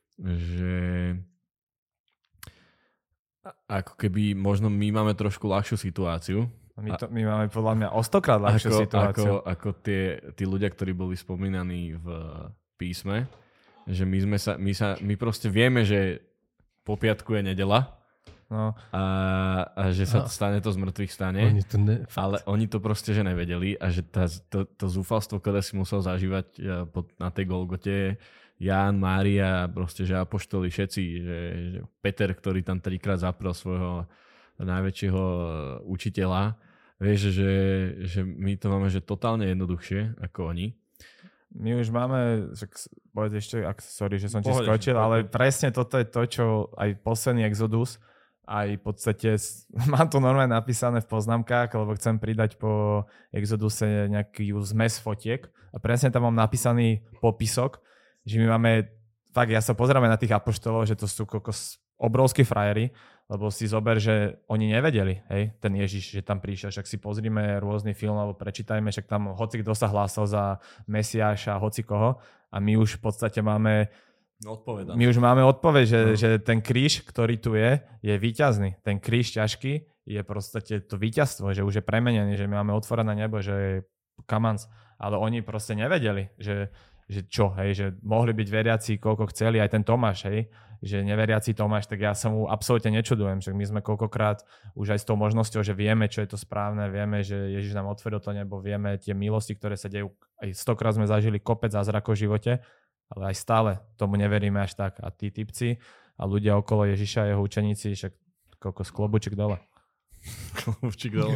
ako keby možno my máme trošku ľahšiu situáciu. My máme podľa mňa o 100-krát ľahšiu situáciu. Ako tí ľudia, ktorí boli spomínaní v písme, že my proste vieme, že po piatku je nedeľa. No. A že sa stane to z mŕtvych stane, ale oni to proste že nevedeli a že to zúfalstvo, ktoré si musel zažívať na tej Golgote, Ján, Mária, proste že apoštoli všetci, že Peter, ktorý tam 3-krát zaprel svojho najväčšieho učiteľa, vieš, že my to máme že totálne jednoduchšie ako oni. My už máme, povedz ešte, sorry, že som ti skočil, ale presne toto je to, čo aj posledný Exodus, aj v podstate mám to normálne napísané v poznámkach, lebo chcem pridať po Exoduse nejaký zmes fotiek a presne tam mám napísaný popisok, že my máme, fakt ja sa pozerám na tých apoštolov, že to sú obrovskí frajeri, lebo si zober, že oni nevedeli, hej, ten Ježiš, že tam prišiel, však si pozrime rôzny film, alebo prečítajme, však tam hoci kto sa hlásal za Mesiáša, hoci koho a my už v podstate máme odpoveď, že ten kríž, ktorý tu je víťazný. Ten kríž ťažký je v podstate to víťazstvo, že už je premenený, že my máme otvorené nebo, že je kamans. Ale oni proste nevedeli, že čo, hej, že mohli byť veriaci, koľko chceli, aj ten Tomáš, hej, že neveriaci Tomáš, tak ja sa mu absolútne nečudujem, že my sme koľkokrát už aj s tou možnosťou, že vieme, čo je to správne, vieme, že Ježiš nám otvoril to nebo, vieme tie milosti, ktoré sa dejú, aj 100-krát sme zažili kopec zázrakov v živote, ale aj stále tomu neveríme až tak. A tí typci, a ľudia okolo Ježiša a jeho učeníci, však koľko klobučík dole. Klobučík dole.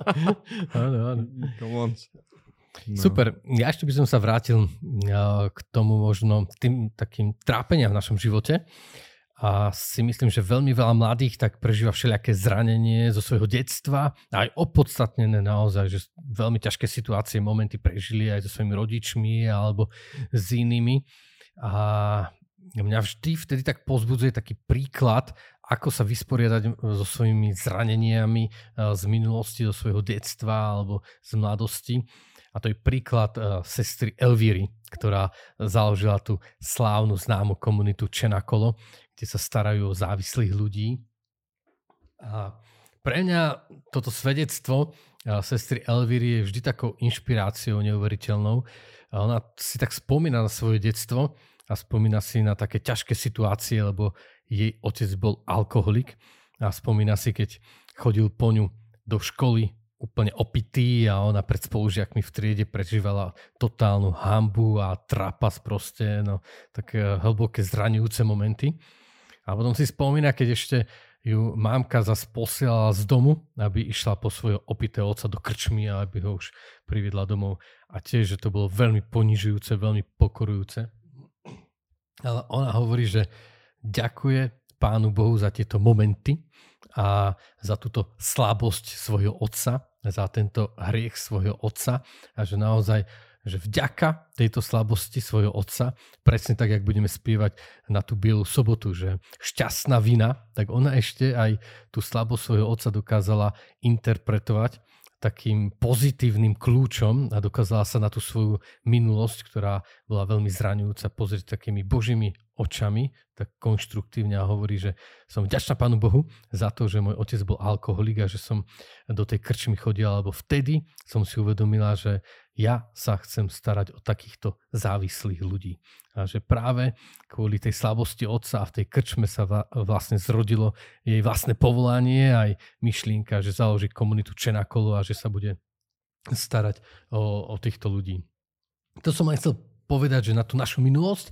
Áno. No. Super. Ja ešte by som sa vrátil k tomu možno tým takým trápeniam v našom živote. A si myslím, že veľmi veľa mladých tak prežíva všelijaké zranenie zo svojho detstva. Aj opodstatnené naozaj, že veľmi ťažké situácie, momenty prežili aj so svojimi rodičmi alebo s inými. A mňa vždy vtedy tak povzbudzuje taký príklad, ako sa vysporiadať so svojimi zraneniami z minulosti, zo svojho detstva alebo z mladosti. A to je príklad sestry Elvíry, ktorá založila tú slávnu známu komunitu Čenakolo, kde sa starajú o závislých ľudí. A pre mňa toto svedectvo sestry Elvíry je vždy takou inšpiráciou neuveriteľnou. Ona si tak spomína na svoje detstvo a spomína si na také ťažké situácie, lebo jej otec bol alkoholik a spomína si, keď chodil po ňu do školy úplne opitý a ona pred spolužiakmi v triede prežívala totálnu hanbu a trapas proste, no také hlboké zraňujúce momenty. A potom si spomína, keď ešte ju mámka zase posielala z domu, aby išla po svojho opitého otca do krčmy a aby ho už priviedla domov. A tiež, že to bolo veľmi ponižujúce, veľmi pokorujúce. Ale ona hovorí, že ďakuje Pánu Bohu za tieto momenty a za túto slabosť svojho otca, za tento hriech svojho otca a že naozaj, že vďaka tejto slabosti svojho otca, presne tak, jak budeme spievať na tú Bielu sobotu, že šťastná vina, tak ona ešte aj tú slabosť svojho otca dokázala interpretovať takým pozitívnym kľúčom a dokázala sa na tú svoju minulosť, ktorá bola veľmi zraňujúca, pozrieť takými božími očami, tak konštruktívne a hovorí, že som vďačná Pánu Bohu za to, že môj otec bol alkoholik a že som do tej krčmy chodila, lebo vtedy som si uvedomila, že ja sa chcem starať o takýchto závislých ľudí. A že práve kvôli tej slabosti otca a v tej krčme sa vlastne zrodilo jej vlastné povolanie, aj myšlienka, že založí komunitu Čenakolo a že sa bude starať o týchto ľudí. To som aj chcel povedať, že na tú našu minulosť,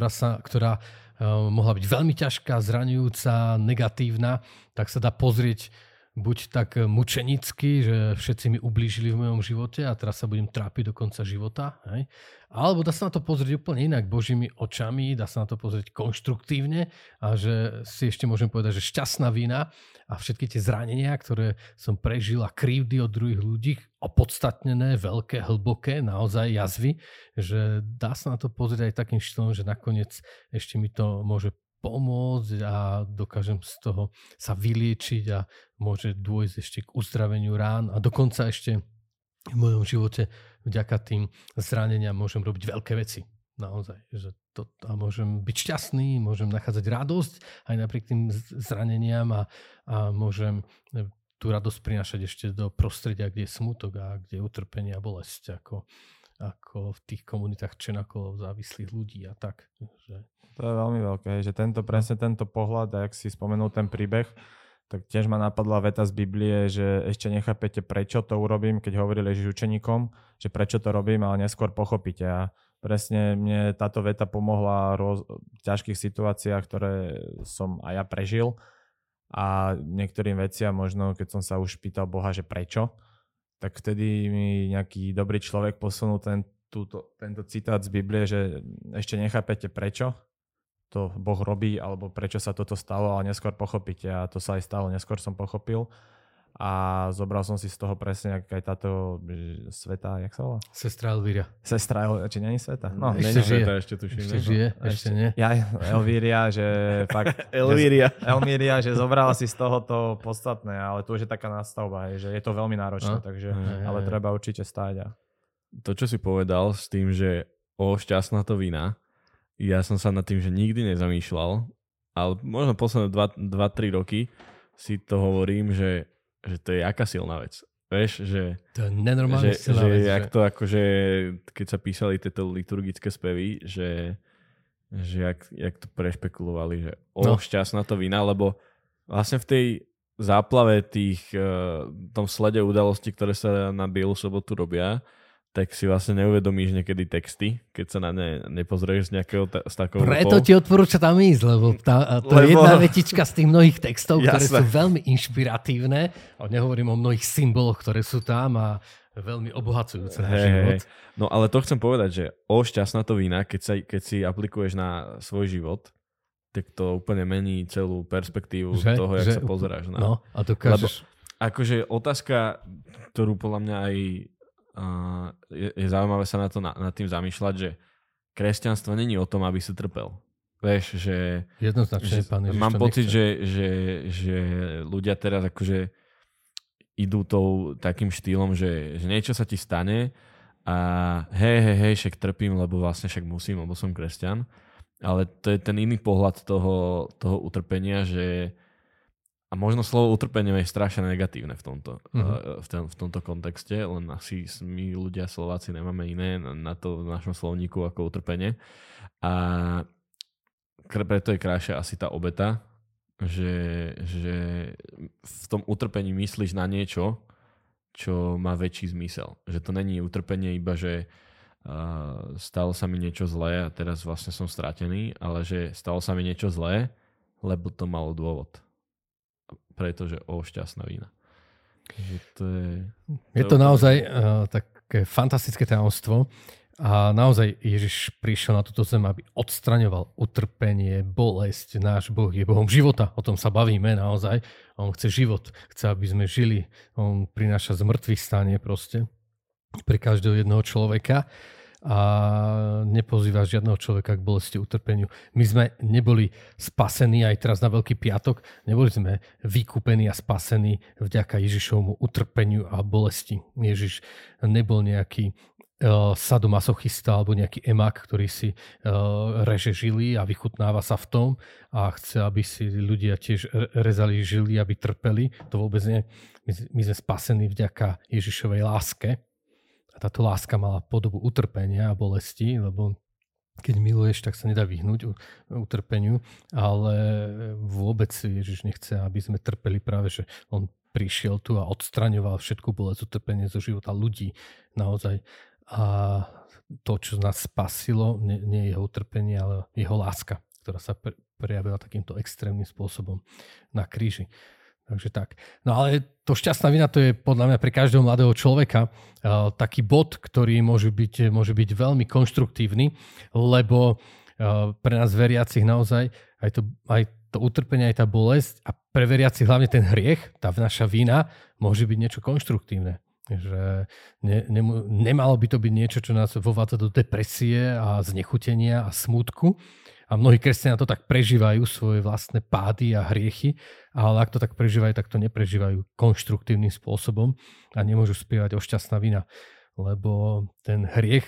ktorá mohla byť veľmi ťažká, zraňujúca, negatívna, tak sa dá pozrieť buď tak mučenicky, že všetci mi ublížili v mojom živote a teraz sa budem trápiť do konca života. Hej? Alebo dá sa na to pozrieť úplne inak, božími očami, dá sa na to pozrieť konštruktívne a že si ešte môžem povedať, že šťastná vina a všetky tie zranenia, ktoré som prežil a krivdy od druhých ľudí, opodstatnené, veľké, hlboké, naozaj jazvy, že dá sa na to pozrieť aj takým štýlom, že nakoniec ešte mi to môže pomôcť a dokážem z toho sa vyliečiť a môže dôjsť ešte k uzdraveniu rán a dokonca ešte v mojom živote vďaka tým zraneniam môžem robiť veľké veci. Naozaj. A môžem byť šťastný, môžem nachádzať radosť aj napriek tým zraneniam a môžem tú radosť prinášať ešte do prostredia, kde je smutok a kde je utrpenie a bolesť, ako v tých komunitách Čenakolo, závislých ľudí a tak. Že... To je veľmi veľké, že presne tento pohľad, a jak si spomenul ten príbeh, tak tiež ma napadla veta z Biblie, že ešte nechápete, prečo to urobím, keď hovorili Ježiš učeníkom, že prečo to robím, ale neskôr pochopíte. A presne mne táto veta pomohla v ťažkých situáciách, ktoré som aj ja prežil. A niektorým veciam možno, keď som sa už pýtal Boha, že prečo, tak vtedy mi nejaký dobrý človek posunul tento citát z Biblie, že ešte nechápete, prečo to Boh robí, alebo prečo sa toto stalo, ale neskôr pochopíte. A to sa aj stalo, neskôr som pochopil. A zobral som si z toho presne, aj táto sveta, jak sa volá? Sestra Elvíria. Sestra Elvíria, či nie je sveta? No, ešte žije. Ešte tuším. Ešte žije, ešte nie. Ja, Elvíria, že fakt... Elvíria, že zobrala si z toho to podstatné, ale to už je taká nastavba, že je to veľmi náročné, takže, ale treba určite stáť. To, čo si povedal s tým, že šťastná to vina, ja som sa nad tým, že nikdy nezamýšľal, ale možno posledné 2-3 roky si to hovorím, že to je jaká silná vec. Vieš, že... To je nenormálne silná vec. Jak to akože, keď sa písali tieto liturgické spevy, že jak to prešpekulovali, že šťastná to vina, lebo vlastne v tej záplave tom slede udalostí, ktoré sa na Bielu sobotu robia, tak si vlastne neuvedomíš niekedy texty, keď sa na ne nepozrieš z nejakého z takého... Preto ti odporúča tam ísť, lebo to je jedna vetička z tých mnohých textov, ktoré sú veľmi inšpiratívne. A nehovorím o mnohých symboloch, ktoré sú tam a veľmi obohacujúce na život. No ale to chcem povedať, že šťastná to vína, keď si aplikuješ na svoj život, tak to úplne mení celú perspektívu toho, jak sa pozeráš. No, a dokážeš... Akože otázka, ktorú podľa mňa aj je zaujímavé sa nad tým zamýšľať, že kresťanstvo není o tom, aby si trpel. Vieš, že... Jednoznačne, pán Ježiš, mám pocit, že ľudia teraz akože idú takým štýlom, že niečo sa ti stane a hej, však trpím, lebo vlastne však musím, lebo som kresťan. Ale to je ten iný pohľad toho utrpenia, že a možno slovo utrpenie je strašne negatívne v tomto kontexte, len asi my ľudia Slováci nemáme iné na to v našom slovníku ako utrpenie. A preto je krajšia asi tá obeta, že v tom utrpení myslíš na niečo, čo má väčší zmysel. Že to není utrpenie iba, že stalo sa mi niečo zlé a teraz vlastne som stratený, ale že stalo sa mi niečo zlé, lebo to malo dôvod. Pretože šťastná vína. Je to naozaj také fantastické tajomstvo a naozaj Ježiš prišiel na túto zem, aby odstraňoval utrpenie, bolesť. Náš Boh je Bohom života, o tom sa bavíme naozaj. On chce život, chce, aby sme žili. On prináša zmrtvých stanie proste pre každého jedného človeka a nepozýva žiadneho človeka k bolesti, utrpeniu. My sme neboli spasení aj teraz na Veľký piatok, neboli sme vykúpení a spasení vďaka Ježišovmu utrpeniu a bolesti. Ježiš nebol nejaký sadomasochista alebo nejaký emak, ktorý si reže žily a vychutnáva sa v tom a chce, aby si ľudia tiež rezali žily, aby trpeli. To vôbec nie. My sme spasení vďaka Ježišovej láske. A táto láska mala podobu utrpenia a bolesti, lebo keď miluješ, tak sa nedá vyhnúť utrpeniu, ale vôbec Ježiš nechce, aby sme trpeli, práve že on prišiel tu a odstraňoval všetku bolesť, utrpenie zo života ľudí naozaj. A to, čo nás spasilo, nie je jeho utrpenie, ale jeho láska, ktorá sa prejavila takýmto extrémnym spôsobom na kríži. Takže tak. No ale to šťastná vina, to je podľa mňa pre každého mladého človeka taký bod, ktorý môže byť veľmi konštruktívny, lebo pre nás veriacich naozaj aj to utrpenie, aj tá bolesť a pre veriacich hlavne ten hriech, tá naša vina, môže byť niečo konštruktívne. Že nemalo by to byť niečo, čo nás vovádza do depresie a znechutenia a smútku. A mnohí kresťania to tak prežívajú, svoje vlastné pády a hriechy, ale ak to tak prežívajú, tak to neprežívajú konštruktívnym spôsobom a nemôžu spievať o šťastná vina. Lebo ten hriech,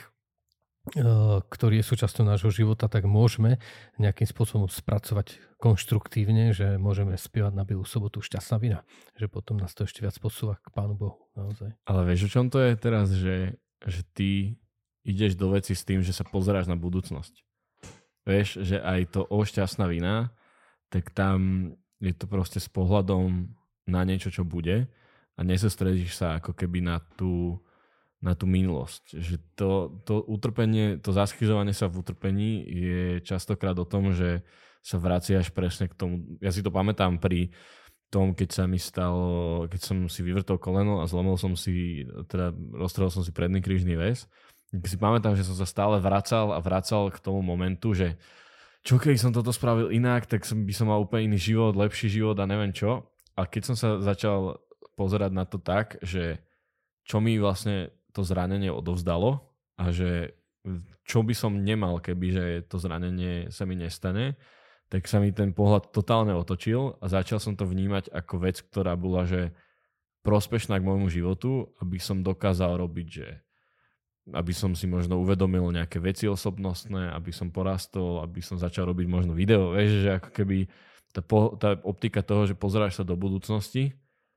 ktorý je súčasťou nášho života, tak môžeme nejakým spôsobom spracovať konštruktívne, že môžeme spievať na Bielu sobotu šťastná vina. Že potom nás to ešte viac posúva k Pánu Bohu. Naozaj. Ale vieš, o čom to je teraz, že ty ideš do veci s tým, že sa pozeráš na budúcnosť. Vieš, že aj to šťastná vina, tak tam je to proste s pohľadom na niečo, čo bude a nesústredíš sa ako keby na tú minulosť. Že to utrpenie, to zaschyzovanie sa v utrpení je častokrát o tom, že sa vraciaš presne k tomu. Ja si to pamätám pri tom, keď som si vyvrtol koleno a roztrhol som si predný krížny väz. Si pamätám, že som sa stále vracal k tomu momentu, že čo keď som toto spravil inak, tak by som mal úplne iný život, lepší život a neviem čo. A keď som sa začal pozerať na to tak, že čo mi vlastne to zranenie odovzdalo a že čo by som nemal, kebyže to zranenie sa mi nestane, tak sa mi ten pohľad totálne otočil a začal som to vnímať ako vec, ktorá bola že prospešná k môjmu životu, aby som dokázal robiť, že aby som si možno uvedomil nejaké veci osobnostné, aby som porastol, aby som začal robiť možno video. Vieš, že ako keby tá optika toho, že pozeráš sa do budúcnosti,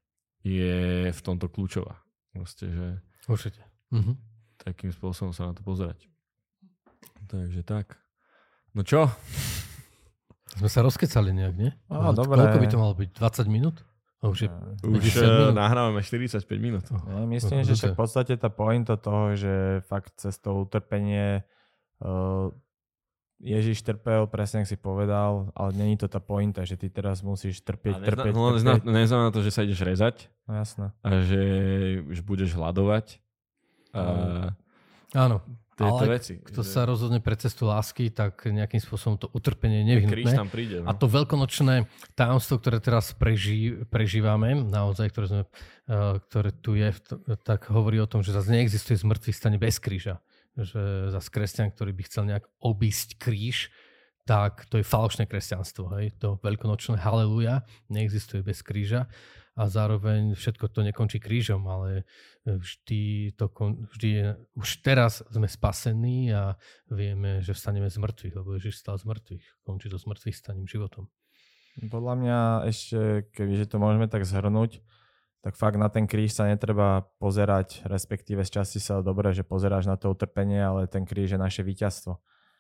je v tomto kľúčová. Vlastne, že určite. Takým spôsobom sa na to pozerať. Takže tak. No čo? Sme sa rozkecali nejak, nie? Dobre. Koľko by to malo byť? 20 minút? Už nahrávame 45 minút. Ja myslím, že však v podstate tá pointa toho, že fakt cez to utrpenie Ježiš trpel, presne ak si povedal, ale není to tá pointa, že ty teraz musíš trpieť. Neznamená to, že sa ideš rezať. No jasné. A že už budeš hľadovať. Áno. Ale kto sa rozhodne pre cestu lásky, tak nejakým spôsobom to utrpenie je nevyhnutné. Tam príde, no. A to veľkonočné tajomstvo, ktoré teraz prežívame, naozaj, ktoré tu je, tak hovorí o tom, že zase neexistuje zmrtvý stane bez kríža. Že zase kresťan, ktorý by chcel nejak obísť kríž, tak to je falošné kresťanstvo. Hej? To veľkonočné haleluja neexistuje bez kríža a zároveň všetko to nekončí krížom, ale vždy už teraz sme spasení a vieme, že vstaneme z mŕtvych, lebo Ježiš stal z mŕtvych. Končí to s mŕtvych staním životom. Podľa mňa ešte, kebyže to môžeme tak zhrnúť, tak fakt na ten kríž sa netreba pozerať, respektíve z časti sa dobre, že pozeráš na to utrpenie, ale ten kríž je naše víťazstvo.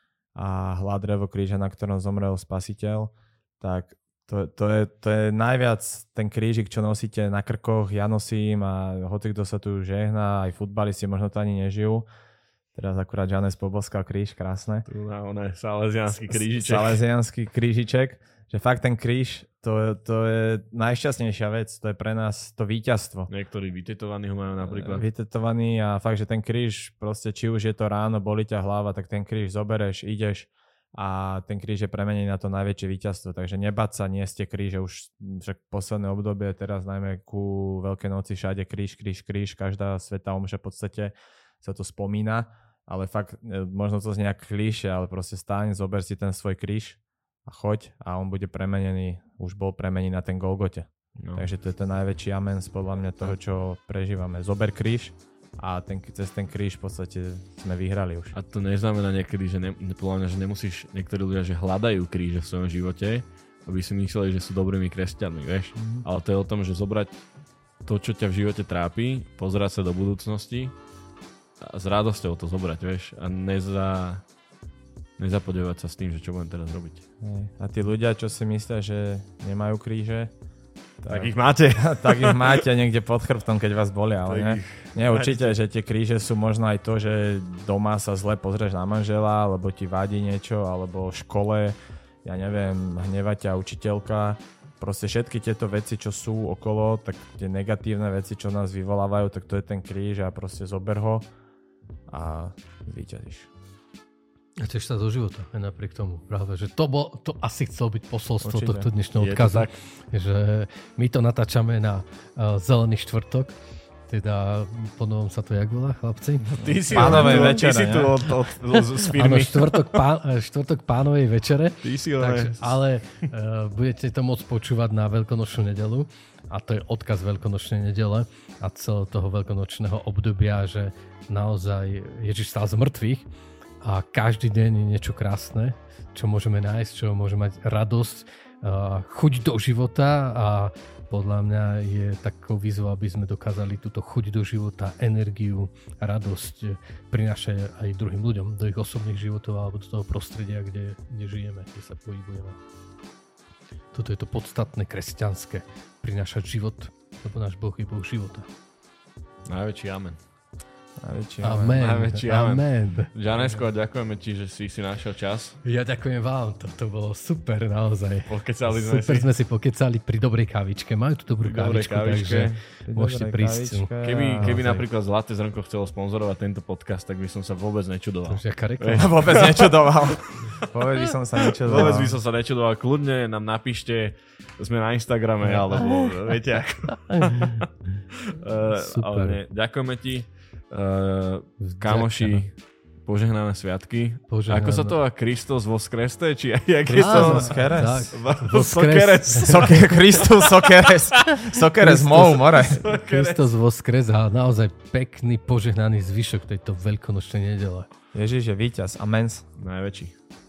A hladrevo kríža, na ktorom zomrel Spasiteľ, tak to je najviac ten krížik, čo nosíte na krkoch, ja nosím a hoci kto sa tu žehná, aj futbalisti možno to ani nežijú. Teraz akurát Janes poboskal kríž, krásne. Tu na salesiánsky krížiček. Salesiánsky krížiček, že fakt ten kríž, to je najšťastnejšia vec, to je pre nás to víťazstvo. Niektorí vytetovaní ho majú napríklad. Vytetovaní a fakt, že ten kríž, proste či už je to ráno, boli ťa hlava, tak ten kríž zobereš, ideš a ten kríž je premenený na to najväčšie víťazstvo. Takže nebáť sa, nieste kríže už však posledné obdobie, teraz najmä ku Veľkej noci všade kríž, každá svätá omša v podstate sa to spomína, ale fakt možno to znie nejak klíše, ale proste stáň, zober si ten svoj kríž a choď a on bude premenený, už bol premenený na ten Golgote. No. Takže to je ten najväčší amen podľa mňa toho, čo prežívame. Zober kríž a cez ten kríž v podstate sme vyhrali už. A to neznamená niekedy, že podľa mňa, že nemusíš, niektorí ľudia, že hľadajú kríže v svojom živote, aby si mysleli, že sú dobrými kresťanmi, vieš. Ale to je o tom, že zobrať to, čo ťa v živote trápi, pozerať sa do budúcnosti a s radosťou to zobrať, vieš. A nezapodívať sa s tým, že čo budem teraz robiť. A tí ľudia, čo si myslia, že nemajú kríže, tak ich máte. Tak ich máte niekde pod chrbtom, keď vás bolia, ale nie určite, že tie kríže sú možno aj to, že doma sa zle pozrieš na manžela, alebo ti vadí niečo, alebo v škole, ja neviem, hneva ťa učiteľka. Proste všetky tieto veci, čo sú okolo, tak tie negatívne veci, čo nás vyvolávajú, tak to je ten kríž a proste zober ho a víťazíš. A tiež sa do života, aj napriek tomu. Práve, že to asi chcel byť posolstvo tohto dnešného odkazu. Že my to natáčame na Zelený štvrtok. Teda po novom sa to jak volá, chlapci? Ty si tu z firmy. Áno, štvrtok pánovej večere. Ty si ale budete to môcť počúvať na veľkonočnú nedeľu. A to je odkaz veľkonočnej nedele a celého toho veľkonočného obdobia, že naozaj Ježiš stál z mŕtvych. A každý deň je niečo krásne, čo môžeme nájsť, čo môžeme mať radosť, chuť do života a podľa mňa je takou výzvou, aby sme dokázali túto chuť do života, energiu, radosť prinášať aj druhým ľuďom do ich osobných životov alebo do toho prostredia, kde žijeme, kde sa pohybujeme. Toto je to podstatné kresťanské, prinášať život, lebo náš Boh je Boh života. Najväčší amen. Najväčší amen. Žanesko, ďakujeme ti, že si našiel čas. Ja ďakujem vám, to bolo super naozaj. Sme si pokecali pri dobrej kávičke. Majú tu dobrú kávičku, takže môžete prísť. Keby napríklad Zlaté zrnko chcelo sponzorovať tento podcast, tak by som sa vôbec nečudoval. Vôbec nečudoval. Vôbec by som sa nečudoval. Kľudne nám napíšte, sme na Instagrame, alebo viete ako. Super. Ale ďakujeme ti. Kamoši, požehnané sviatky. Ako sa to Kristus voskresté? Či jak je to? Kristus sokeres mou more. Kristus voskres a naozaj pekný požehnaný zvyšok tejto veľkonočnej nedele. Ježiš je víťaz. Amen. Najväčší.